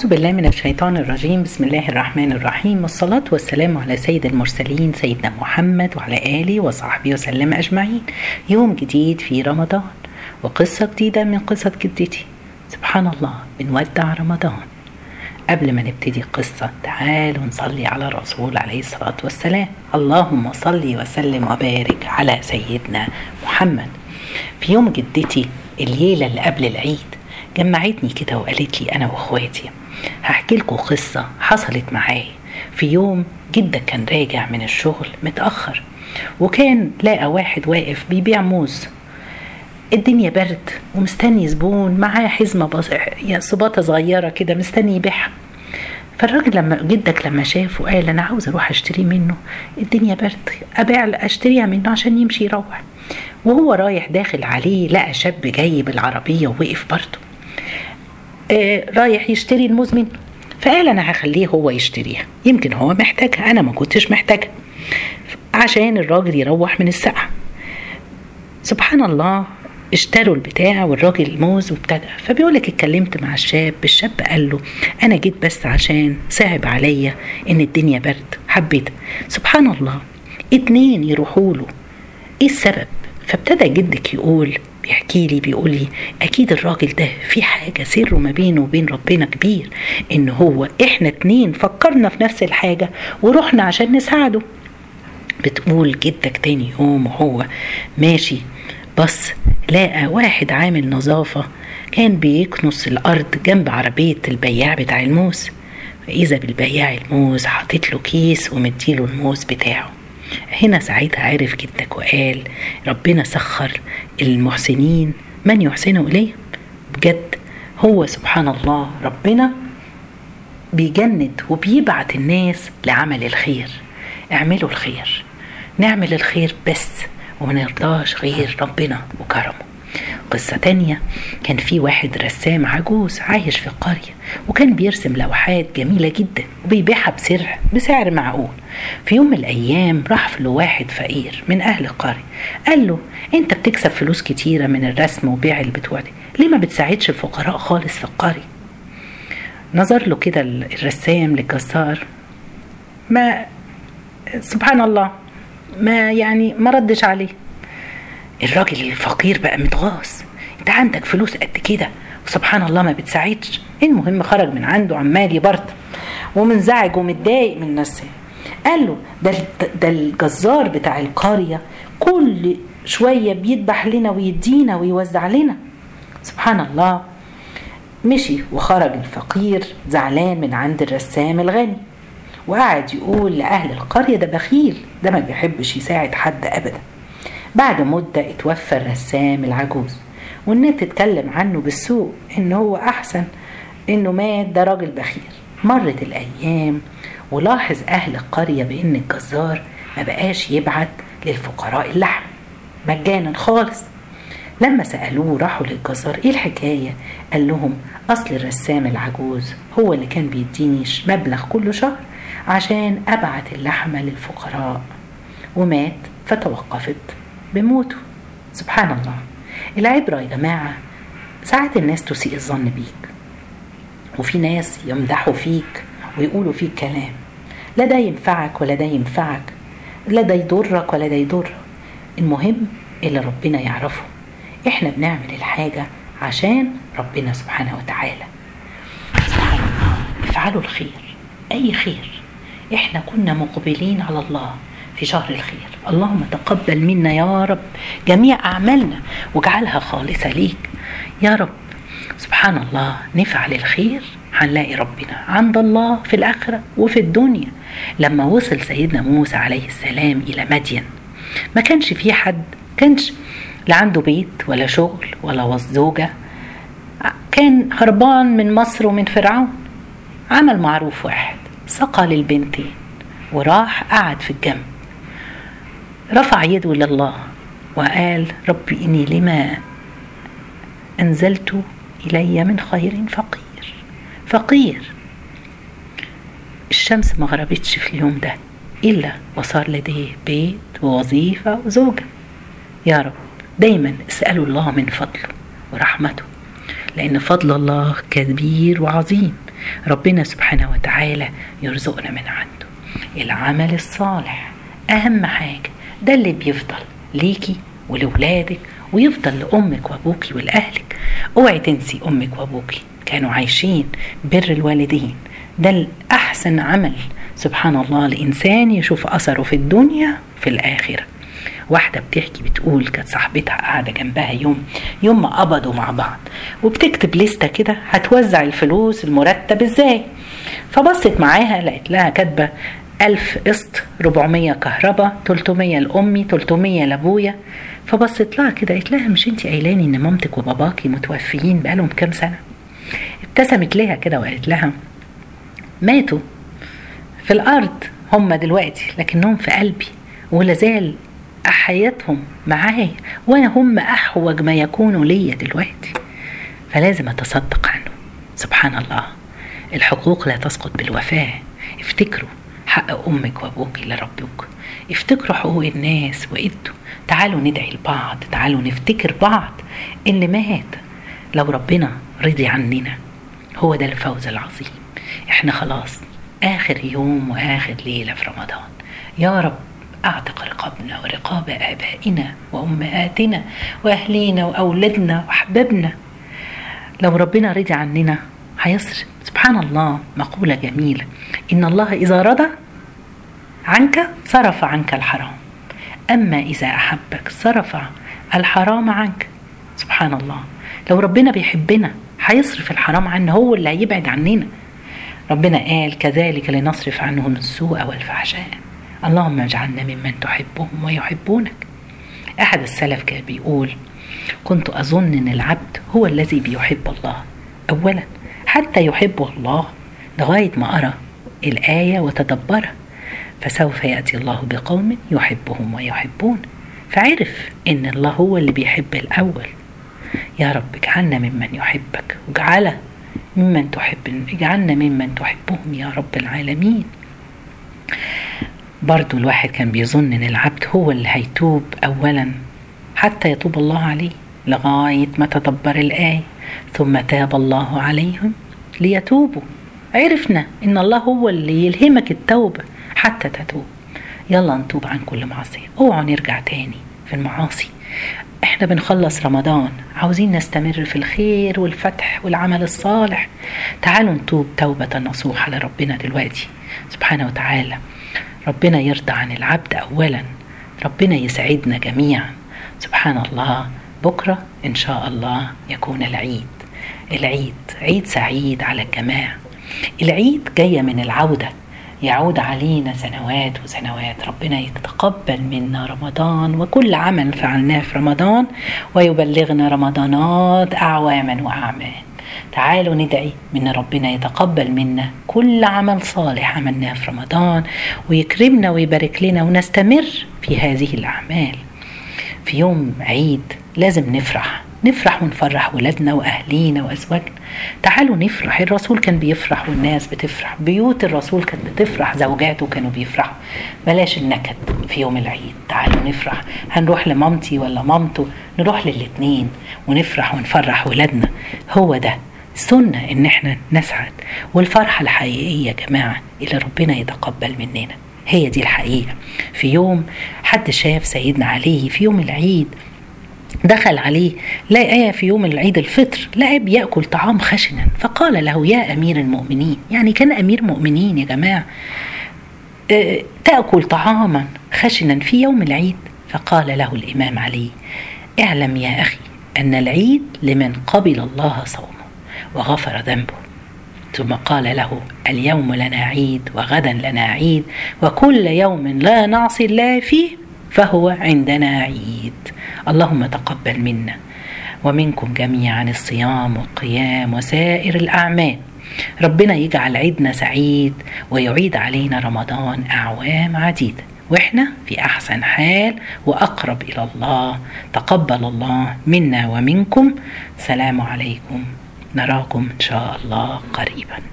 أعوذ بالله من الشيطان الرجيم. بسم الله الرحمن الرحيم، والصلاة والسلام على سيد المرسلين سيدنا محمد وعلى آله وصحبه وسلم أجمعين. يوم جديد في رمضان وقصة جديدة من قصة جدتي. سبحان الله، بنودع رمضان. قبل ما نبتدي القصة تعالوا نصلي على الرسول عليه الصلاة والسلام. اللهم صل وسلم وبارك على سيدنا محمد. في يوم جدتي الليلة اللي قبل العيد جمعتني كده وقالت لي أنا وأخواتي هحكي لكم قصة حصلت معايا. في يوم جدك كان راجع من الشغل متأخر، وكان لقى واحد واقف بيبيع موز. الدنيا برد ومستني زبون معاه حزمة صباطة صغيرة كده مستني يبيعها. فالراجل جدك لما شافه قال أنا عاوز أروح أشتري منه، الدنيا برد، أشتريها منه عشان يمشي يروح. وهو رايح داخل عليه لقى شاب جاي بالعربية ووقف برضه رايح يشتري الموز منه. فقال أنا هخليه هو يشتريها، يمكن هو محتاجها، أنا ما كنتش محتاجها، عشان الراجل يروح من السقعة. سبحان الله، اشتروا البتاع والراجل الموز وابتدى. فبيقولك اتكلمت مع الشاب قال له أنا جيت بس عشان صعب عليا إن الدنيا برد، حبيت. سبحان الله، 2 يروحوا له، إيه السبب؟ فابتدى جدك بيقول لي أكيد الراجل ده في حاجة سره ما بينه وبين ربنا كبير، إن هو إحنا 2 فكرنا في نفس الحاجة ورحنا عشان نساعده. بتقول جدك تاني يوم وهو ماشي بس لقى واحد عامل نظافة كان بيكنس الأرض جنب عربية البياع بتاع الموز. فإذا بالبياع الموز حاطط له كيس ومديله الموز بتاعه. هنا ساعتها عرف جدك وقال ربنا سخر المحسنين من يحسن إليه. بجد هو سبحان الله ربنا بيجند وبيبعت الناس لعمل الخير. اعملوا الخير، نعمل الخير بس وما نرضاش غير ربنا وكرمه. قصة تانية، كان في واحد رسام عجوز عايش في قرية، وكان بيرسم لوحات جميلة جدا وبيبيعها بسعر معقول. في يوم من الأيام راح له واحد فقير من أهل القرية، قال له أنت بتكسب فلوس كتيرة من الرسم وبيع البتوع دي، ليه ما بتساعدش الفقراء خالص في القرية؟ نظر له كده الرسام للجزار، ما سبحان الله ما ردش عليه. الراجل الفقير بقى متغاظ، انت عندك فلوس قد كده وسبحان الله ما بتساعدش. المهم خرج من عنده عمال يبرد ومنزعج ومتضايق من نفسه. قال له ده الجزار بتاع القرية كل شوية بيذبح لنا ويدينا ويوزع لنا. سبحان الله. مشي وخرج الفقير زعلان من عند الرسام الغني، وقعد يقول لأهل القرية ده بخيل، ده ما بيحبش يساعد حد أبدا. بعد مدة اتوفى الرسام العجوز، والناس تتكلم عنه بالسوء إنه هو أحسن إنه مات، ده راجل بخيل. مرت الأيام ولاحظ أهل القرية بإن الجزار ما بقاش يبعت للفقراء اللحم مجانا خالص. لما سألوه راحوا للجزار إيه الحكاية؟ قال لهم أصل الرسام العجوز هو اللي كان بيديني مبلغ كل شهر عشان أبعت اللحمة للفقراء، ومات فتوقفت بموته. سبحان الله. العبرة يا جماعة، ساعات الناس تسيء الظن بيك، وفي ناس يمدحوا فيك ويقولوا فيك كلام لا ده ينفعك ولا ده ينفعك، لا ده يضرك ولا ده يضرك. المهم اللي ربنا يعرفه، احنا بنعمل الحاجة عشان ربنا سبحانه وتعالى. سبحان الله. افعلوا الخير، اي خير. احنا كنا مقبلين على الله في شهر الخير. اللهم تقبل منا يا رب جميع أعمالنا واجعلها خالصة ليك يا رب. سبحان الله. نفعل الخير هنلاقي ربنا عند الله في الآخرة وفي الدنيا. لما وصل سيدنا موسى عليه السلام إلى مدين، ما كانش فيه حد، كانش لا عنده بيت ولا شغل ولا زوجة، كان هربان من مصر ومن فرعون. عمل معروف واحد، سقى للبنتين وراح قعد في الجنب، رفع يده لله وقال ربي إني لما أنزلت إلي من خير فقير. الشمس ما غربتش في اليوم ده إلا وصار لديه بيت ووظيفة وزوجة. يا رب دايما اسألوا الله من فضله ورحمته، لأن فضل الله كبير وعظيم. ربنا سبحانه وتعالى يرزقنا من عنده. العمل الصالح أهم حاجة، ده اللي بيفضل ليكي ولولادك ويفضل لأمك وأبوكي ولأهلك. اوعي تنسي أمك وأبوكي كانوا عايشين بر الوالدين، ده الأحسن عمل سبحان الله الإنسان يشوف أثره في الدنيا في الآخرة. واحدة بتحكي بتقول كانت صاحبتها قاعدة جنبها يوم ما قبضوا مع بعض، وبتكتب لستة كده هتوزع الفلوس المرتب ازاي. فبصت معاها لقيت لها كاتبة 1000 قسط، 400 كهرباء، 300 لأمي، 300 لأبويا. فبصت لها كده قالت لها مش انتي قايلاني ان مامتك وباباكي متوفيين بقالهم كام سنة؟ ابتسمت لها كده وقالت لها ماتوا في الأرض هم دلوقتي، لكنهم في قلبي ولازال حياتهم معايا، وانا هم احوج ما يكونوا ليا دلوقتي، فلازم اتصدق عنه. سبحان الله، الحقوق لا تسقط بالوفاء. افتكروا حق امك وابوك لربك، افتكروا حقوق الناس وإدوا. تعالوا ندعي لبعض، تعالوا نفتكر بعض اللي مات. لو ربنا رضي عننا هو ده الفوز العظيم. احنا خلاص اخر يوم واخر ليلة في رمضان. يا رب أعتق رقابنا ورقاب آبائنا وأمهاتنا وأهلينا وأولادنا وأحبابنا. لو ربنا رضي عننا هيصرف. سبحان الله، مقولة جميلة، إن الله إذا رضى عنك صرف عنك الحرام، أما إذا أحبك صرف الحرام عنك. سبحان الله، لو ربنا بيحبنا هيصرف الحرام عنه، هو اللي هيبعد عننا. ربنا قال كذلك لنصرف عنهم السوء والفحشاء. اللهم اجعلنا ممن تحبهم ويحبونك. أحد السلف كان بيقول كنت أظن أن العبد هو الذي بيحب الله أولا حتى يحبه الله، لغاية ما أرى الآية وتدبرها، فسوف يأتي الله بقوم يحبهم ويحبون، فعرف أن الله هو اللي بيحب الأول. يا رب اجعلنا ممن يحبك واجعلنا ممن تحبهم يا رب العالمين. برضو الواحد كان بيظن ان العبد هو اللي هيتوب اولا حتى يتوب الله عليه، لغاية ما تدبر الآية ثم تاب الله عليهم ليتوبوا. عرفنا ان الله هو اللي يلهمك التوبة حتى تتوب. يلا نتوب عن كل معصية، اوعوا نرجع تاني في المعاصي. احنا بنخلص رمضان عاوزين نستمر في الخير والفتح والعمل الصالح. تعالوا نتوب توبة نصوحة لربنا دلوقتي سبحانه وتعالى. ربنا يرضى عن العبد أولا، ربنا يسعدنا جميعا. سبحان الله، بكرة إن شاء الله يكون العيد عيد سعيد على الجماع. العيد جاية من العودة، يعود علينا سنوات وسنوات. ربنا يتقبل منا رمضان وكل عمل فعلناه في رمضان، ويبلغنا رمضانات أعواما وأعمال. تعالوا ندعي من ربنا يتقبل منا كل عمل صالح عملناه في رمضان، ويكرمنا ويبارك لنا ونستمر في هذه الأعمال. في يوم عيد لازم نفرح ونفرح ولادنا وأهلينا وأزواجنا. تعالوا نفرح. الرسول كان بيفرح والناس بتفرح، بيوت الرسول كانت بتفرح، زوجاته كانوا بيفرحوا. بلاش النكد في يوم العيد. تعالوا نفرح، هنروح لمامتي ولا مامته، نروح للاتنين ونفرح ونفرح ولادنا. هو ده سنة ان احنا نسعد. والفرحة الحقيقية يا جماعة اللي ربنا يتقبل مننا، هي دي الحقيقة. في يوم حد شاف سيدنا علي في يوم العيد، دخل عليه لقى في يوم العيد الفطر لقى بيأكل طعام خشنا، فقال له يا أمير المؤمنين، يعني كان أمير مؤمنين يا جماعة، تأكل طعاما خشنا في يوم العيد؟ فقال له الإمام علي اعلم يا أخي أن العيد لمن قبل الله صومه وغفر ذنبه. ثم قال له اليوم لنا عيد وغدا لنا عيد، وكل يوم لا نعصي الله فيه فهو عندنا عيد. اللهم تقبل منا ومنكم جميعا الصيام والقيام وسائر الأعمال. ربنا يجعل عيدنا سعيد ويعيد علينا رمضان أعوام عديدة وإحنا في أحسن حال وأقرب إلى الله. تقبل الله منا ومنكم. سلام عليكم، نراكم إن شاء الله قريبا.